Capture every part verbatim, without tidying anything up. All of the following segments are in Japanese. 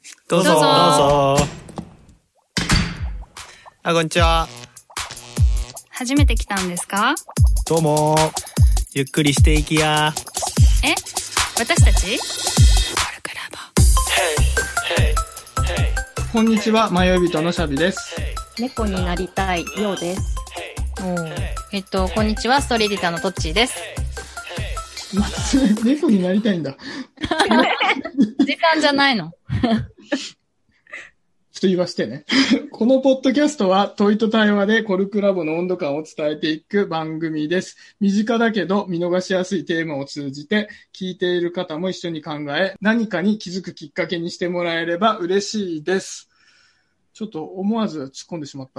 どうぞ。どうぞ。あ、こんにちは。 初めて来たんですか？ どうも。ゆっくりしていきや。 え？私たち？ こんにちは、迷い人のシャビです。 猫になりたいようです。 おえっと、こんにちは、ストーリーエディターのトッチーです。 猫になりたいんだ。 時間じゃないの。 ちょっと言わしてね。このポッドキャストは問いと対話でコルクラボの温度感を伝えていく番組です。身近だけど見逃しやすいテーマを通じて聞いている方も一緒に考え、何かに気づくきっかけにしてもらえれば嬉しいです。ちょっと思わず突っ込んでしまった。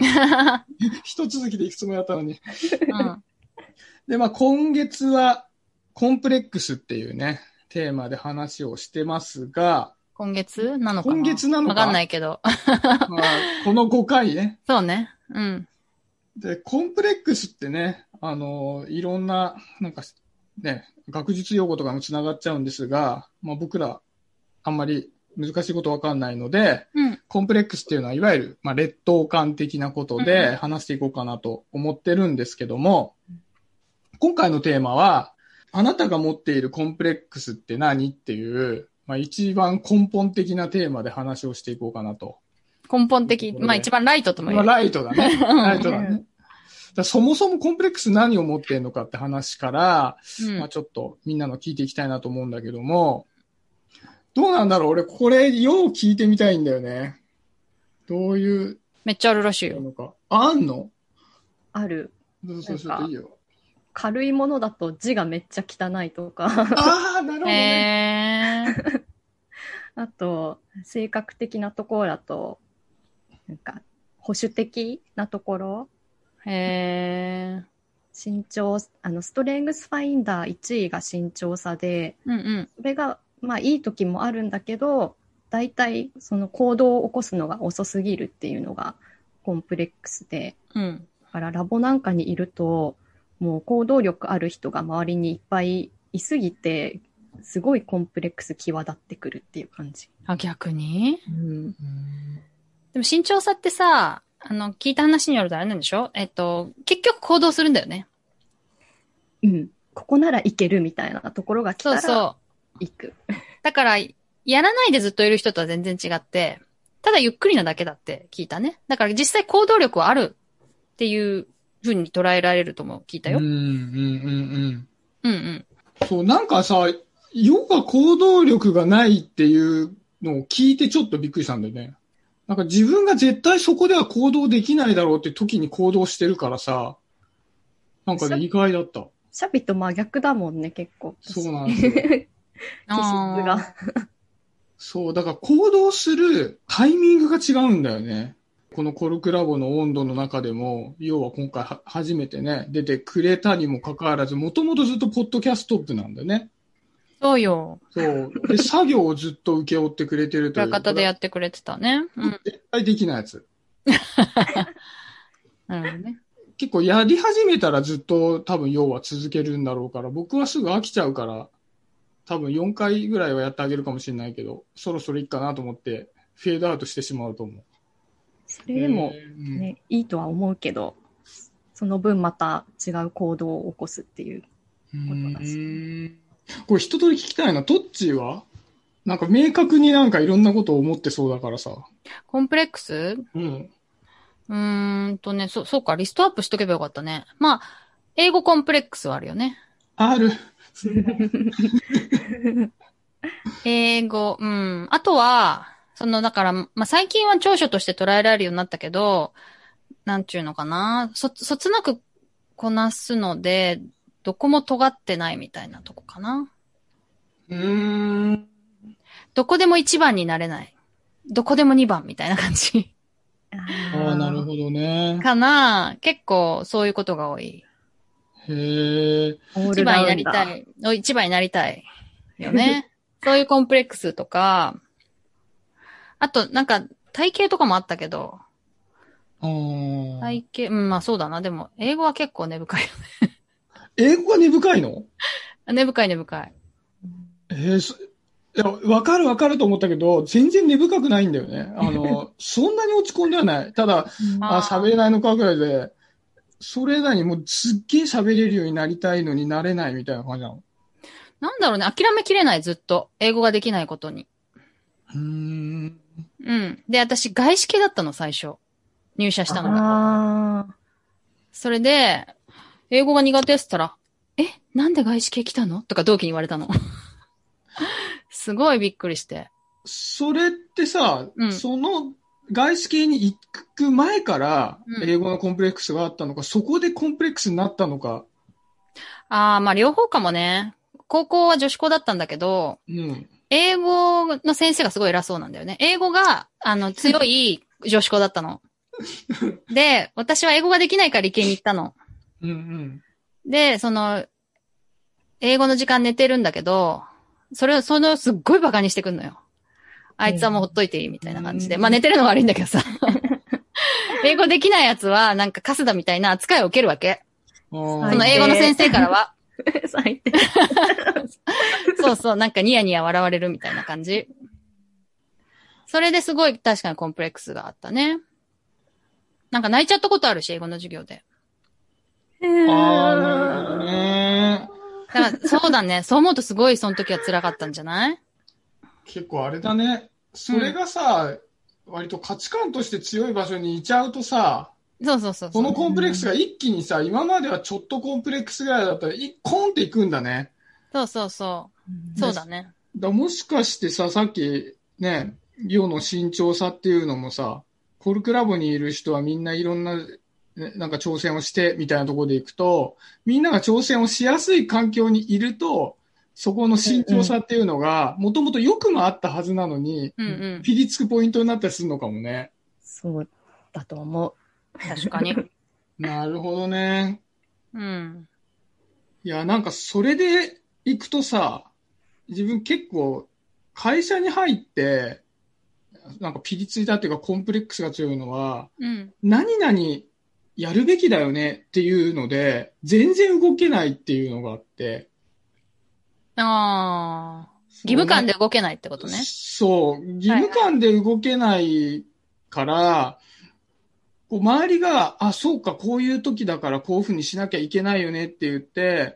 一続きでいくつもやったのに。うん、で、まあ今月はコンプレックスっていうね、テーマで話をしてますが、 今月なのかな？ 今月なのかわかんないけど。 まあ、このごかいね。 そうね。うん。 で、コンプレックスってね、あの、いろんな、なんか、ね、学術用語とかもつながっちゃうんですが、まあ僕ら、あんまり難しいことわかんないので、うん、コンプレックスっていうのは、いわゆる、まあ劣等感的なことで話していこうかなと思ってるんですけども、うん、今回のテーマは、あなたが持っているコンプレックスって何っていう、まあ一番根本的なテーマで話をしていこうかなと。 根本的。まあ一番ライトとも言う。 まあライトだね。ライトだね。だそもそもコンプレックス何を持っているのかって話から、うん、まあちょっとみんなの聞いていきたいなと思うんだけども、どうなんだろう？俺これよう聞いてみたいんだよね。どういう。 めっちゃあるらしいよ。 あ、あんの？ ある。 そうそうそう、いいよ。 軽いものだと字がめっちゃ汚いとか。 ああ、なるほどね。 えー、あと、性格的なところだと、なんか、保守的なところ。 へー。 身長、あの、ストレングスファインダーいちいが身長差で、 うんうん、 それが、まあいい時もあるんだけど、大体その行動を起こすのが遅すぎるっていうのがコンプレックスで、 うん、 だからラボなんかにいると、もう行動力ある人が周りにいっぱいいすぎて、すごいコンプレックス際立ってくるっていう感じ。 あ、逆に？ うん。 でも身長差ってさ、あの、聞いた話によるとあれなんでしょ？えっと、結局行動するんだよね。 うん。ここならいけるみたいなところが来たら、 そうそう。 行く。 だから、やらないでずっといる人とは全然違って、ただゆっくりなだけだって聞いたね。だから実際行動力はあるっていう風に捉えられるとも聞いたよ。 うん、うん、うん、うん。 うんうん。 そう、なんかさ、ヨガ行動力がないっていうのを聞いてちょっとびっくりしたんだよね。なんか自分が絶対そこでは行動できないだろうって時に行動してるからさ、なんかね、意外だった。 シャビと真逆だもんね、結構。 そうなんですよ。気質が。 そう、だから行動するタイミングが違うんだよね。このコルクラボの温度の中でも、要は今回は初めてね、出てくれたにもかかわらず、もともとずっとポッドキャストップなんだよね。 そうよ。 そう。で、作業をずっと請け負ってくれてるという。 裏方でやってくれてたね。 うん。絶対できないやつ。 なるほどね。 結構やり始めたらずっと多分要は続けるんだろうから、僕はすぐ飽きちゃうから、多分よんかいぐらいはやってあげるかもしれないけど、そろそろいいかなと思ってフェードアウトしてしまうと思う。 それでもね、えーうん、いいとは思うけど、その分また違う行動を起こすっていうことだし。 うーん、これ一通り聞きたいな。トッチーはなんか明確になんかいろんなことを思ってそうだからさ。 コンプレックス？ うん。 うーんとね、そ、そうか、リストアップしとけばよかったね。まあ、英語コンプレックスはあるよね。 ある。 英語、うん。あとは、その、だから、まあ、最近は長所として捉えられるようになったけど、なんちゅうのかな。そ、そつなくこなすので、どこも尖ってないみたいなとこかな。 うーん。 どこでも一番になれない。どこでも二番みたいな感じ。 ああ、なるほどね。 かな。結構そういうことが多い。 へえ。 一番になりたい。一番になりたい。よね。そういうコンプレックスとか、あとなんか体型とかもあったけど、 あ体型、うん、まあそうだな。でも英語は結構根深いよね。 英語が根深いの？ 根深い根深い。 えー、 いや、わかるわかると思ったけど、全然根深くないんだよね。あの、そんなに落ち込んではない。ただ、あ、喋れないのかぐらいで、それなにもうすっげえ喋れるようになりたいのになれないみたいな感じなの。 なんだろうね、諦めきれない、ずっと。英語ができないことに。 うーん。 うん。で、私、外資系だったの、最初。入社したのが。 ああ。 それで、英語が苦手って言ったら、え、なんで外資系来たのとか同期に言われたの。すごいびっくりして。 それってさ、 うんその外資系に行く前からうん英語のコンプレックスがあったのか、そこでコンプレックスになったのか。 ああ、まあ両方かもね。高校は女子校だったんだけど、 うん。 英語の先生がすごい偉そうなんだよね。英語が、あの、強い女子校だったの。で、私は英語ができないから理系に行ったの。 うんうん。 で、その、英語の時間寝てるんだけど、それを、その、すっごいバカにしてくんのよ。あいつはもうほっといていいみたいな感じで。 うんまあ寝てるのが悪いんだけどさ。英語できないやつは、なんかカスだみたいな扱いを受けるわけ。 あそーの英語の先生からは。 最低。 そうそう、なんかニヤニヤ笑われるみたいな感じ。それですごい確かにコンプレックスがあったね。なんか泣いちゃったことあるし、英語の授業で。 あー、なるほどね。 だから、そうだね。そう思うとすごいその時は辛かったんじゃない？ 結構あれだね。それがさ、割と価値観として強い場所にいちゃうとさ、 そうそうそうそう。 このコンプレックスが一気にさ、今まではちょっとコンプレックスぐらいだったら、いコンっていくんだね。 そうそうそう。そうだね。 だもしかしてさ、さっきね、世の慎重さっていうのもさ、コルクラボにいる人はみんないろんな、ねなんか挑戦をしてみたいなところでいくと、みんなが挑戦をしやすい環境にいると、そこの慎重さっていうのが、もともと良くもあったはずなのに、 うんうん。 ピリつくポイントになったりするのかもね。 そうだと思う。 確かに。 なるほどね。 うん。 いや、なんかそれで行くとさ、自分結構会社に入って、なんかピリついたっていうかコンプレックスが強いのは、 うん。 何々やるべきだよねっていうので、全然動けないっていうのがあって。 ああ。義務感で動けないってことね。 そう。義務感で動けないから、こう周りが、あ、そうか、こういう時だからこういうふうにしなきゃいけないよねって言って、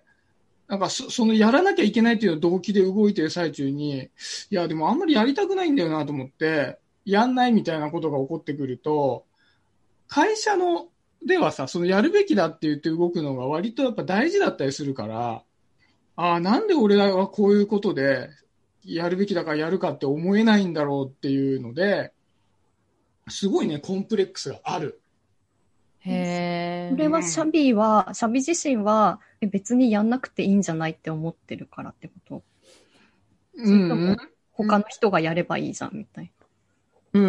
なんかそ、そのやらなきゃいけないっていうの動機で動いてる最中に、いや、でもあんまりやりたくないんだよなと思って、やんないみたいなことが起こってくると、会社の、ではさ、そのやるべきだって言って動くのが割とやっぱ大事だったりするから、ああ、なんで俺らはこういうことでやるべきだからやるかって思えないんだろうっていうので、すごいね、コンプレックスがある。 へえ。 これはシャビは、シャビ自身はえ別にやんなくていいんじゃないって思ってるからってことうん、 それとも他の人がやればいいじゃんみたいうん、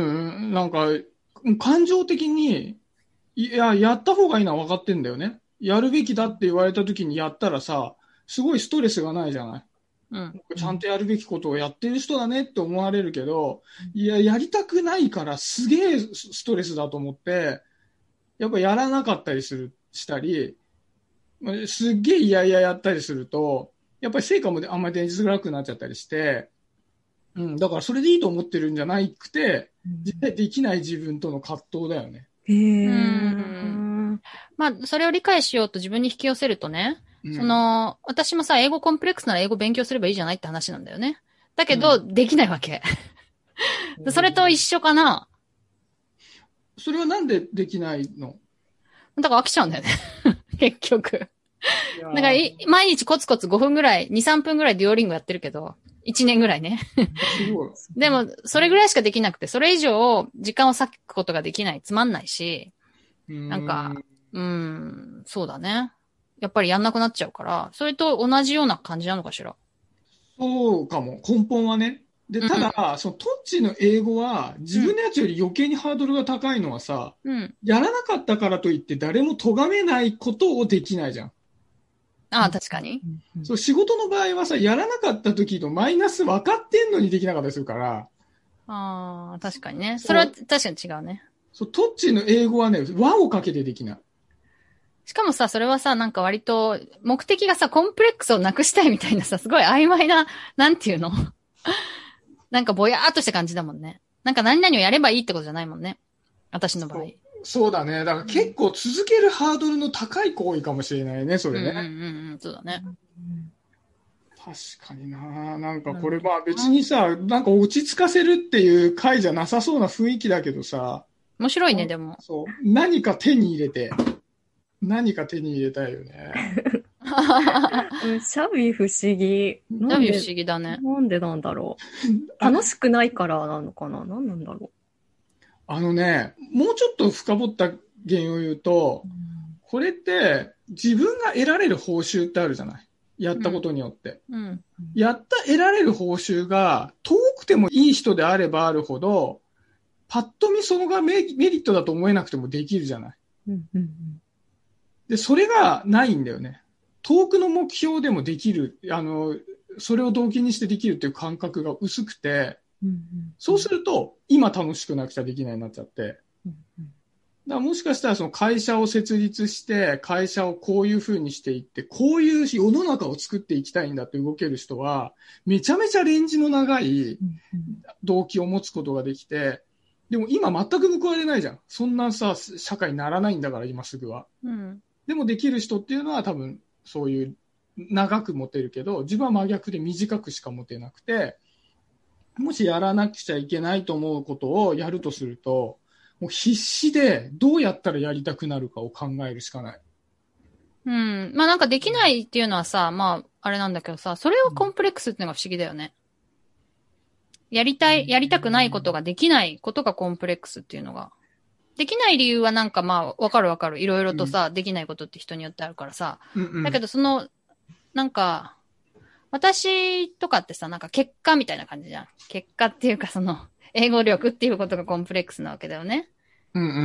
なんか、感情的に、いや、やった方がいいのは分かってんだよね。やるべきだって言われた時にやったらさ、すごいストレスがないじゃない。 うん。 ちゃんとやるべきことをやってる人だねって思われるけど、いや、やりたくないからすげえストレスだと思って、やっぱやらなかったりする、したり、まあすっげえ嫌々やったりすると、やっぱり成果もあんまり出づらくなっちゃったりして、うん、だからそれでいいと思ってるんじゃなくて、実際できない自分との葛藤だよね。 へえ。 うんまあ、それを理解しようと自分に引き寄せるとね、 うん、 その、私もさ、英語コンプレックスなら英語勉強すればいいじゃないって話なんだよね。だけど、できないわけ。それと一緒かな。 それはなんでできないの？ だから飽きちゃうんだよね。結局。だからい、毎日コツコツごふんぐらい、に、さんぷんぐらいデュオリンゴやってるけど、いちねんぐらいね。 すごい。 でも、それぐらいしかできなくて、それ以上時間を割くことができない。つまんないし、なんか、うーん、そうだね。やっぱりやんなくなっちゃうから、それと同じような感じなのかしら。 そうかも。根本はね。で、ただ、そのトッチの英語は自分のやつより余計にハードルが高いのはさ、 うん。 やらなかったからといって誰も咎めないことをできないじゃん。 ああ、確かに。 そう、仕事の場合はさ、やらなかった時のマイナス分かってんのにできなかったりするから、 ああ、確かにね。 そうそれは確かに違うね。 そう、トッチの英語はね、輪をかけてできない。 しかもさ、それはさ、なんか割と、目的がさ、コンプレックスをなくしたいみたいなさ、すごい曖昧な、なんていうのなんかぼやーっとした感じだもんね。なんか何々をやればいいってことじゃないもんね。私の場合。 そうそうだね。だから結構続けるハードルの高い行為かもしれないね、それね。 うんうんうんうん、そうだね。 確かにな。なんかこれまあ別にさ、なんか落ち着かせるっていう回じゃなさそうな雰囲気だけどさ。 面白いね、でも。 そう。何か手に入れて、何か手に入れたいよね。 うんシャビ不思議。 シなんでャビ不思議だね。 なんでなんだろう。楽しくないからなのかな。何なんだろあのね、もうちょっと深掘った原因を言うと、これって自分が得られる報酬ってあるじゃない。やったことによって。 うん。 やった得られる報酬が遠くてもいい人であればあるほど、パッと見そのがメメリットだと思えなくてもできるじゃない。 う。うんうんで、それがないんだよね。遠くの目標でもできる、あの、それを動機にしてできるっていう感覚が薄くて、 うんうんそうすると今楽しくなくちゃできないようになっちゃって、 うんうんだからもしかしたらその会社を設立して、会社をこういう風にしていって、こういう世の中を作っていきたいんだって動ける人は、めちゃめちゃレンジの長い動機を持つことができて、でも今全く報われないじゃん。そんなさ、社会にならないんだから今すぐは。 うん。 でもできる人っていうのは多分そういう長く持てるけど、自分は真逆で短くしか持てなくて、もしやらなくちゃいけないと思うことをやるとすると、もう必死でどうやったらやりたくなるかを考えるしかない。 うん。まあなんかできないっていうのはさ、まああれなんだけどさ、それをコンプレックスっていうのが不思議だよね。やりたい、やりたくないことができないことがコンプレックスっていうのが。できない理由はなんかまあわかるわかる。いろいろとさ、できないことって人によってあるからさ。 うんうん、 だけどその、なんか、私とかってさ、なんか結果みたいな感じじゃん。結果っていうかその、英語力っていうことがコンプレックスなわけだよね。 うんうんうん。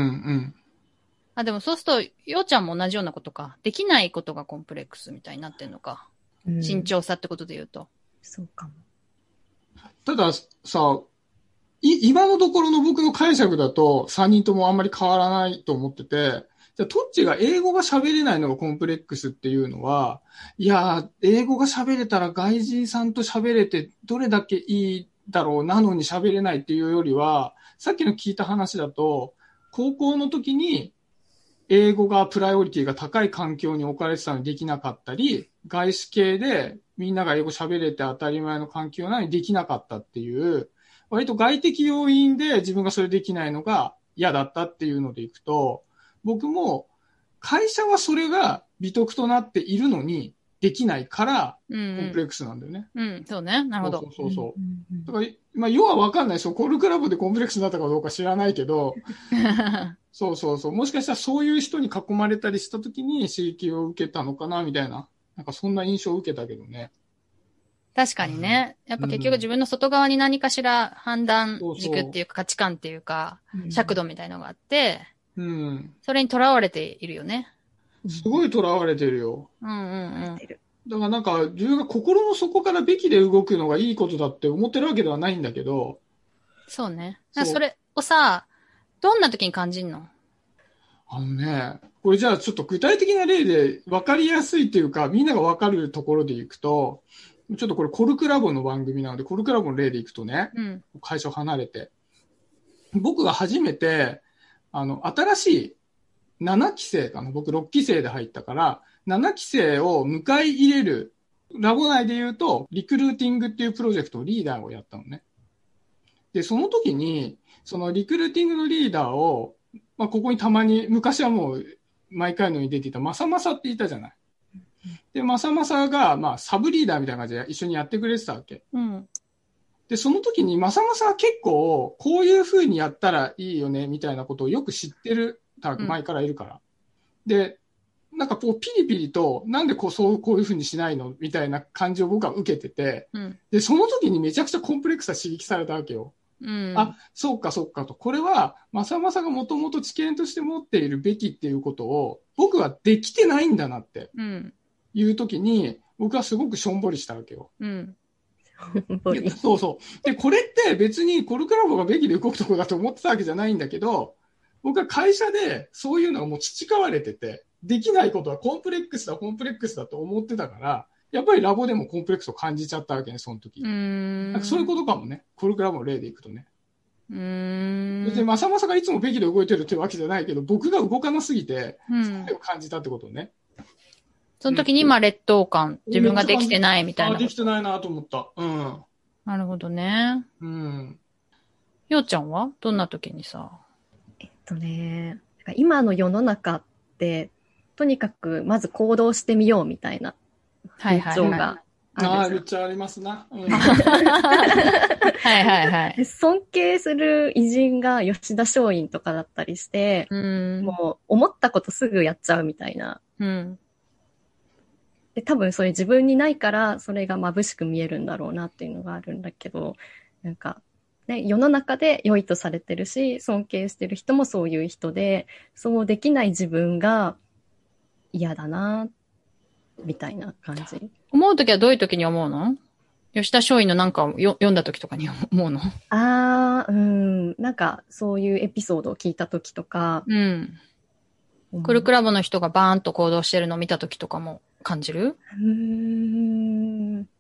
あ、でもそうすると、ようちゃんも同じようなことか。できないことがコンプレックスみたいになってんのか。 うん慎重さってことで言うと。 そうかも。 たださ、い今のところの僕の解釈だとさんにんともあんまり変わらないと思ってて、じゃあトッチが英語が喋れないのがコンプレックスっていうのは、いやー、英語が喋れたら外人さんと喋れてどれだけいいだろうなのに喋れないっていうよりは、さっきの聞いた話だと、高校の時に英語がプライオリティが高い環境に置かれてたのにできなかったり、外資系でみんなが英語喋れて当たり前の環境なのにできなかったっていう、割と外的要因で自分がそれできないのが嫌だったっていうのでいくと、僕も会社はそれが美徳となっているのにできないからうん、 コンプレックスなんだよね。 うん。うん、そうね。なるほど。 そうそうそう。 うんうんだから、まあ、要はわかんないですよ。コールクラブでコンプレックスになったかどうか知らないけど、そうそうそう。もしかしたらそういう人に囲まれたりした時に刺激を受けたのかなみたいな。なんかそんな印象を受けたけどね。 確かにね。やっぱ結局自分の外側に何かしら判断軸っていうか価値観っていうか、 うん尺度みたいのがあって、 うん。 それに囚われているよね。 すごい囚われてるよ。 うんうんうん。 だからなんか自分が心の底からべきで動くのがいいことだって思ってるわけではないんだけど、 そうね。 そうそれをさ、どんな時に感じんの？ あのね、これじゃあちょっと具体的な例で分かりやすいっていうか、みんなが分かるところでいくと、ちょっとこれコルクラボの番組なので、コルクラボの例でいくとね、 うん。 会社を離れて、僕が初めて、あの、新しいななき生かな、僕ろっき生で入ったから、ななき生を迎え入れる、ラボ内で言うと、リクルーティングっていうプロジェクトをリーダーをやったのね。で、その時に、そのリクルーティングのリーダーを、まあ、ここにたまに、昔はもう、毎回のように出ていた、まさまさっていたじゃない。で、まさまさが、まあ、サブリーダーみたいな感じで一緒にやってくれてたわけ。 うん。 で、その時に、まさまさは結構、こういう風にやったらいいよね、みたいなことをよく知ってる、前からいるから。うん、で、なんかこう、ピリピリと、なんでこう、そう、こういう風にしないのみたいな感じを僕は受けてて、 うん、 で、その時にめちゃくちゃコンプレックスが刺激されたわけよ。 うん、 あ、そうか、そうかと。これは、まさまさがもともと知見として持っているべきっていうことを、僕はできてないんだなって、いう時に、僕はすごくしょんぼりしたわけよ。 うんそうそう。で、これって別にコルクラボがべきで動くところだと思ってたわけじゃないんだけど、僕は会社でそういうのがもう培われてて、できないことはコンプレックスだ、コンプレックスだと思ってたから、 やっぱりラボでもコンプレックスを感じちゃったわけね、その時。 うーん。 なんかそういうことかもね。コルクラボの例でいくとね。 うーん。 別にまさまさがいつもべきで動いてるってわけじゃないけど、僕が動かなすぎて、 うん。 それを感じたってことね。 その時に、まあ、劣等感、自分ができてないみたいな。 あ、できてないなと思った。うん。 なるほどね。 うん。 ようちゃんはどんな時にさ。 えっとね、今の世の中って、とにかくまず行動してみようみたいなはいはいはい。 風潮がああ、 あるめっちゃありますな。うん、 はいはいはい。 で尊敬する偉人が吉田松陰とかだったりして、 うん。 もう思ったことすぐやっちゃうみたいな。 うん。 で、多分それ自分にないからそれが眩しく見えるんだろうなっていうのがあるんだけど、なんか、ね、世の中で良いとされてるし、尊敬してる人もそういう人で、そうできない自分が嫌だな、みたいな感じ。 思う時はどういう時に思うの？吉田松陰のなんかをよ読んだ時とかに思うの？ あー、うん、なんかそういうエピソードを聞いた時とか、 うん。コルクラボの人がバーンと行動してるのを見た時とかも感じる？ うーん。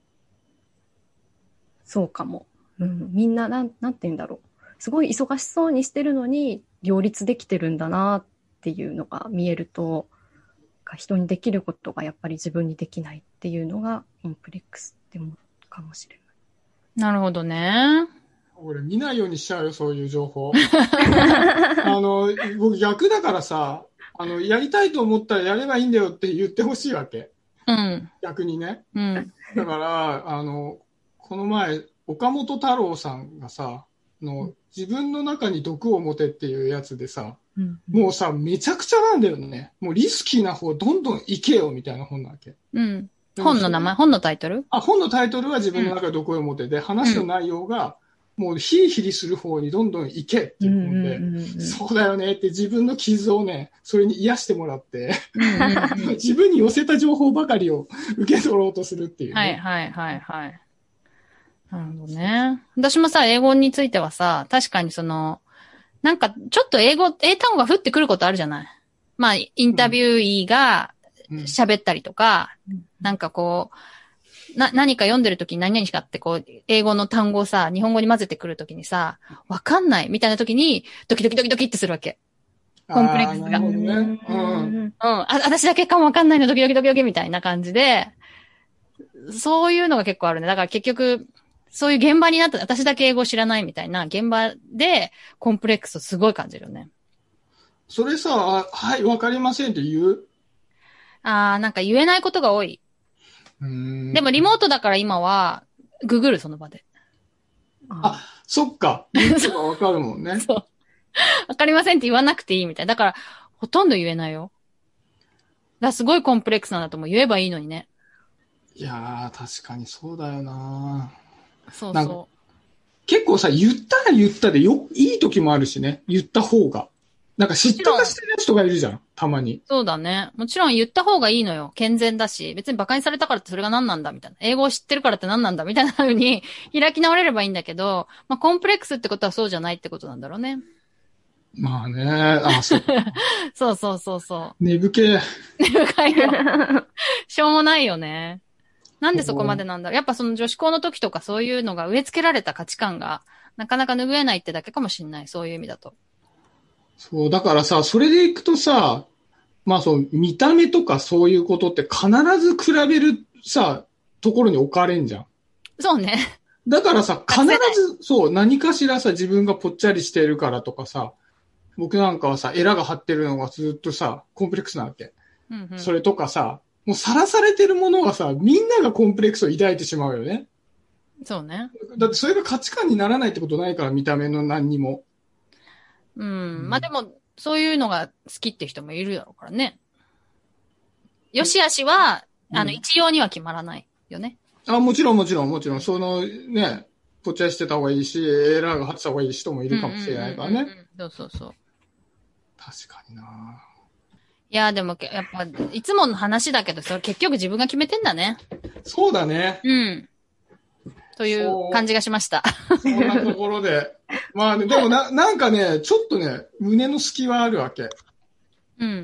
そうかも。うん、みんな、なん、なんて言うんだろう。すごい忙しそうにしてるのに、両立できてるんだなっていうのが見えると、人にできることがやっぱり自分にできないっていうのがコンプレックスって思うかもしれない。 なるほどね。 俺見ないようにしちゃうよ、そういう情報。あの、僕逆だからさ、あの、やりたいと思ったらやればいいんだよって言ってほしいわけ。 うん。 逆にね。 うん。 だから、あの、この前、岡本太郎さんがさ、の自分の中に毒を持てっていうやつでさ、うん、もうさ、めちゃくちゃなんだよね。もうリスキーな方どんどん行けよみたいな本なわけ。 うん。本の名前本のタイトル？ あ、本のタイトルは自分の中で毒を持てで、うん、話の内容が、もうヒリヒリする方にどんどん行けっていう本で、うんうんうんうん、そうだよねって自分の傷をね、それに癒してもらって、うんうんうん、自分に寄せた情報ばかりを受け取ろうとするっていう、ね。 はいはいはいはい。なるほどね。私もさ、英語についてはさ、確かにその、なんかちょっと英語、英単語が降ってくることあるじゃない。まあ、インタビューイーが喋ったりとか、うん、なんかこう、な、何か読んでるときに何々しかってこう、英語の単語をさ、日本語に混ぜてくるときにさ、わかんないみたいなときに、ドキドキドキドキってするわけ。コンプレックスが。ね、うん。うん。あ、私だけかもわかんないのドキドキドキドキみたいな感じで、そういうのが結構あるね。だから結局、そういう現場になった、私だけ英語知らないみたいな現場でコンプレックスをすごい感じるよね。 それさ、はい、わかりませんって言う？ あー、なんか言えないことが多い。 うーんでもリモートだから今は、ググるその場で。 あ、そっか。言うことがわかるもんね。 そう。わかりませんって言わなくていいみたいな。だから、ほとんど言えないよ。だからすごいコンプレックスなんだと思う。言えばいいのにね。 いやー、確かにそうだよな。 そうそう。 結構さ、言ったら言ったでよ、いい時もあるしね。言った方が。なんか嫉妬がしてるやつとかいるじゃん。たまに。 そうだね。もちろん言った方がいいのよ。健全だし。別に馬鹿にされたからってそれが何なんだみたいな。英語を知ってるからって何なんだみたいな風に開き直れればいいんだけど、まあコンプレックスってことはそうじゃないってことなんだろうね。 まあね。あ、そう。 そうそうそうそう。 根深い。 根深いよ。しょうもないよね。なんでそこまでなんだろう。やっぱその女子校の時とかそういうのが植え付けられた価値観がなかなか拭えないってだけかもしれない。そういう意味だと。 そう、だからさ、それでいくとさ、まあそう、見た目とかそういうことって必ず比べるさ、ところに置かれんじゃん。 そうね。 だからさ、必ず、そう、何かしらさ、自分がぽっちゃりしているからとかさ、僕なんかはさ、エラが張ってるのがずっとさ、コンプレックスなわけ。 うんうん、 それとかさ、もうさらされてるものはさ、みんながコンプレックスを抱いてしまうよね。 そうね。 だってそれが価値観にならないってことないから、見た目の何にも。 うん。うん、まあでも、そういうのが好きって人もいるだろうからね。よしあしは、うん、あの、一様には決まらないよね。 あ、もちろんもちろんもちろん。そのね、ぽっちゃりしてた方がいいし、エラーが張ってた方がいい人もいるかもしれないからね。うんうんうんうん、そうそうそう。 確かにな。 いや、でも、やっぱ、いつもの話だけど、それ結局自分が決めてんだね。 そうだね。 うん。という感じがしました。 そんなところで。まあね、でもな、なんかね、ちょっとね、胸の隙はあるわけ。 うん。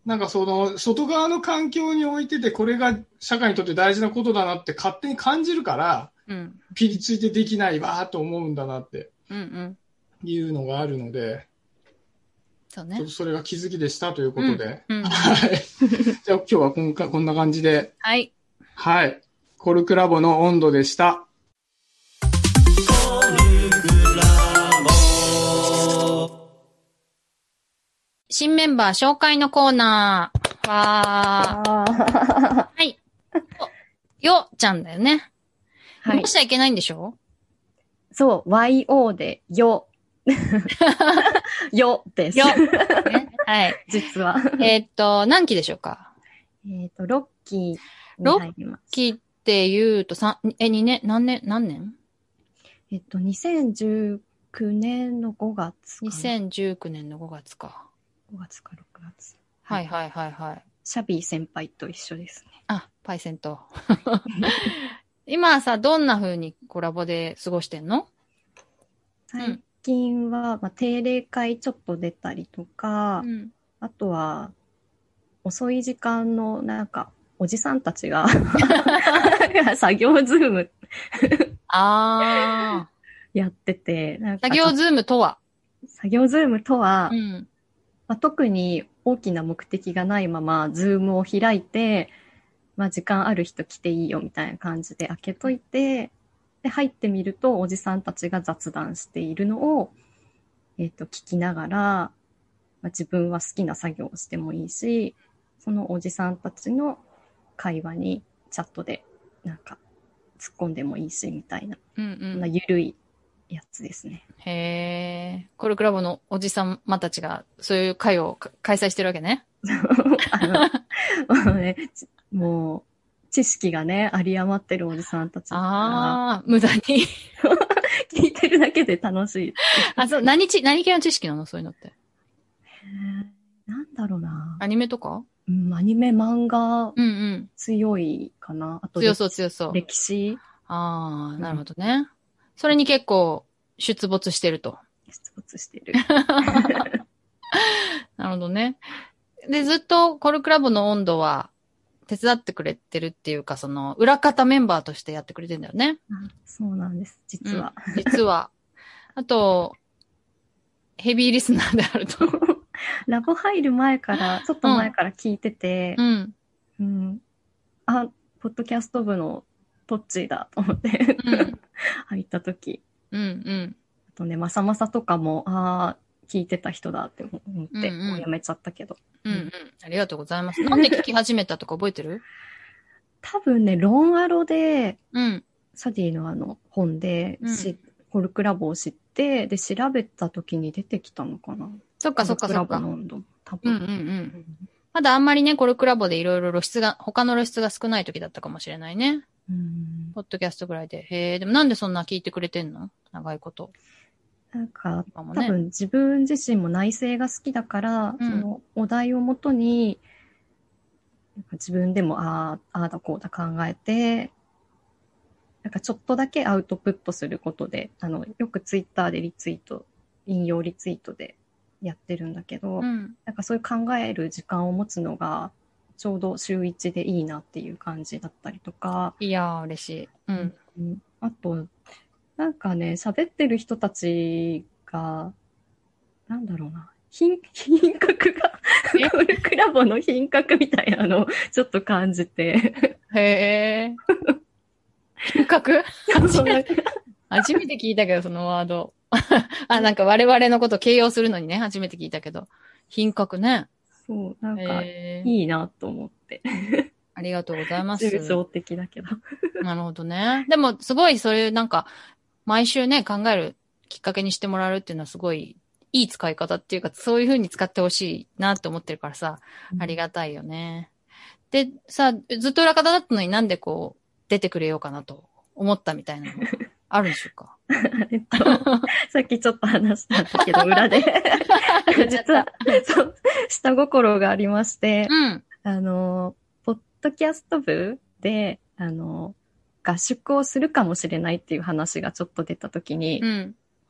なんかその、外側の環境においてて、これが社会にとって大事なことだなって勝手に感じるから、 うん。 ピリついてできないわーと思うんだなってうんうん。 いうのがあるので、 そうね。 それが気づきでしたということで。 うんうん、 はい。じゃあ今日はこんかこんな感じで。 はい。 はい。コルクラボの温度でした。コルクラボ。新メンバー紹介のコーナー。わー。はい。よちゃんだよね。はい。伸ばしちゃいけないんでしょ？ そう、ワイオー でよ。よです。 よ。ね、はい。 実は。 えっと、何期でしょうか？ えっと、ろっきに入ります。 ろっきって言うと、さん、え、にねん、何年、何年？ えっと、にせんじゅうきゅうねんのごがつかな。 にせんじゅうきゅうねんのごがつか。 ごがつかろくがつ。 はいはいはいはい。 シャビー先輩と一緒ですね。 あ、パイセンと。今さ、どんな風にコラボで過ごしてんの？ 最近は、まあ、定例会ちょっと出たりとか、 うん、あとは、遅い時間の、なんか、おじさんたちが、作業ズームあやってて、なんか作業ズームとは作業ズームとは、 うんまあ、特に大きな目的がないまま、ズームを開いて、まあ、時間ある人来ていいよみたいな感じで開けといて、で、入ってみると、おじさんたちが雑談しているのを、えっと、聞きながら、まあ、自分は好きな作業をしてもいいし、そのおじさんたちの会話にチャットでなんか突っ込んでもいいし、みたいな、 うんうん、 そんな緩いやつですね。 へー。コルクラボのおじさまたちがそういう会を開催してるわけね。 あのね、もう、知識がね、有り余ってるおじさんたちだから。 ああ、無駄に。 聞いてるだけで楽しい。 あ、そう、何ち、何系の知識なのそういうのって。へー、なんだろうな。 アニメとか？ うん、アニメ、漫画、 うんうん。 強いかな。あと、 強そう強そう。 歴史。 ああ、なるほどね。うん、それに結構出没してると。 出没してる。 なるほどね。で、ずっとコルクラボの温度は手伝ってくれてるっていうか、その、裏方メンバーとしてやってくれてんだよね。 そうなんです、実は。 うん、実は。あと、ヘビーリスナーであると。 ラボ入る前から、ちょっと前から聞いてて、 うん。 うん、あ、ポッドキャスト部のトッチーだと思って、うん、入った時。 うんうん。 あとね、まさまさとかも、ああ、聞いてた人だって思って、うんうん、もうやめちゃったけど。 うんうん。ありがとうございます。なんで聞き始めたとか覚えてる？ 多分ね、ロンアロで、 うん、 サディのあの本で、うん、コルクラボを知って、で、調べた時に出てきたのかな。 そっかそっかそっか。 コルクラボの温度。多分。 うんうんうん。まだあんまりね、コルクラボでいろいろ露出が、他の露出が少ない時だったかもしれないね。うん。ポッドキャストぐらいで。へえ、でもなんでそんな聞いてくれてんの？長いこと。 なんか、ね、多分自分自身も内政が好きだから、うん、そのお題をもとに、なんか自分でもああ、ああだこうだ考えて、なんかちょっとだけアウトプットすることで、あの、よくツイッターでリツイート、引用リツイートでやってるんだけど、うん、なんかそういう考える時間を持つのが、ちょうど週一でいいなっていう感じだったりとか。 いやー、嬉しい。うん。 うん、あと、なんかね、喋ってる人たちが、なんだろうな、品、品格が、コルクラボの品格みたいなのをちょっと感じて。 へー。品格初めて、初めて聞いたけど、そのワード。あ、なんか我々のこと形容するのにね、初めて聞いたけど。品格ね。 そう、なんか、いいなと思って。 ありがとうございます。 抽象的だけど。 なるほどね。でも、すごい、それ、なんか、毎週ね、考えるきっかけにしてもらうっていうのはすごい、いい使い方っていうか、そういう風に使ってほしいなって思ってるからさ、うん、ありがたいよね。で、さ、ずっと裏方だったのになんでこう、出てくれようかなと思ったみたいなのあるんでしょうか？ えっと、さっきちょっと話したんだけど、裏で。実は、そう、下心がありまして、うん、あの、ポッドキャスト部で、あの、合宿をするかもしれないっていう話がちょっと出たときに、うん、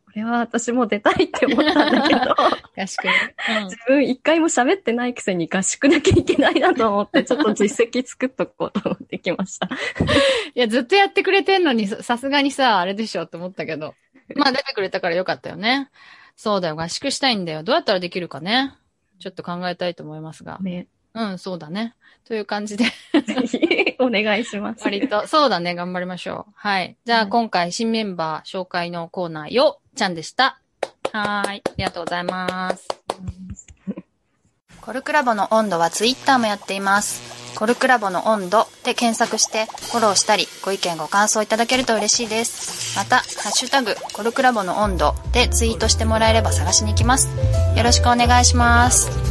れは私も出たいって思ったんだけど、 合宿ね。うん自分一回も喋ってないくせに合宿なきゃいけないなと思って、ちょっと実績作っとこうと思ってきました。 いや、ずっとやってくれてんのに、さすがにさ、あれでしょって思ったけど。まあ出てくれたからよかったよね。そうだよ、合宿したいんだよ。どうやったらできるかね。ちょっと考えたいと思いますが。 ね。 うん、そうだね。という感じで。 ぜひ、お願いします。 割と、そうだね、頑張りましょう。はい。じゃあ、 はい今回新メンバー紹介のコーナーよ、ちゃんでした。はーい。ありがとうございます。コルクラボの温度はツイッターもやっています。コルクラボの温度で検索してフォローしたりご意見ご感想いただけると嬉しいです。また、ハッシュタグコルクラボの温度でツイートしてもらえれば探しに行きます。よろしくお願いします。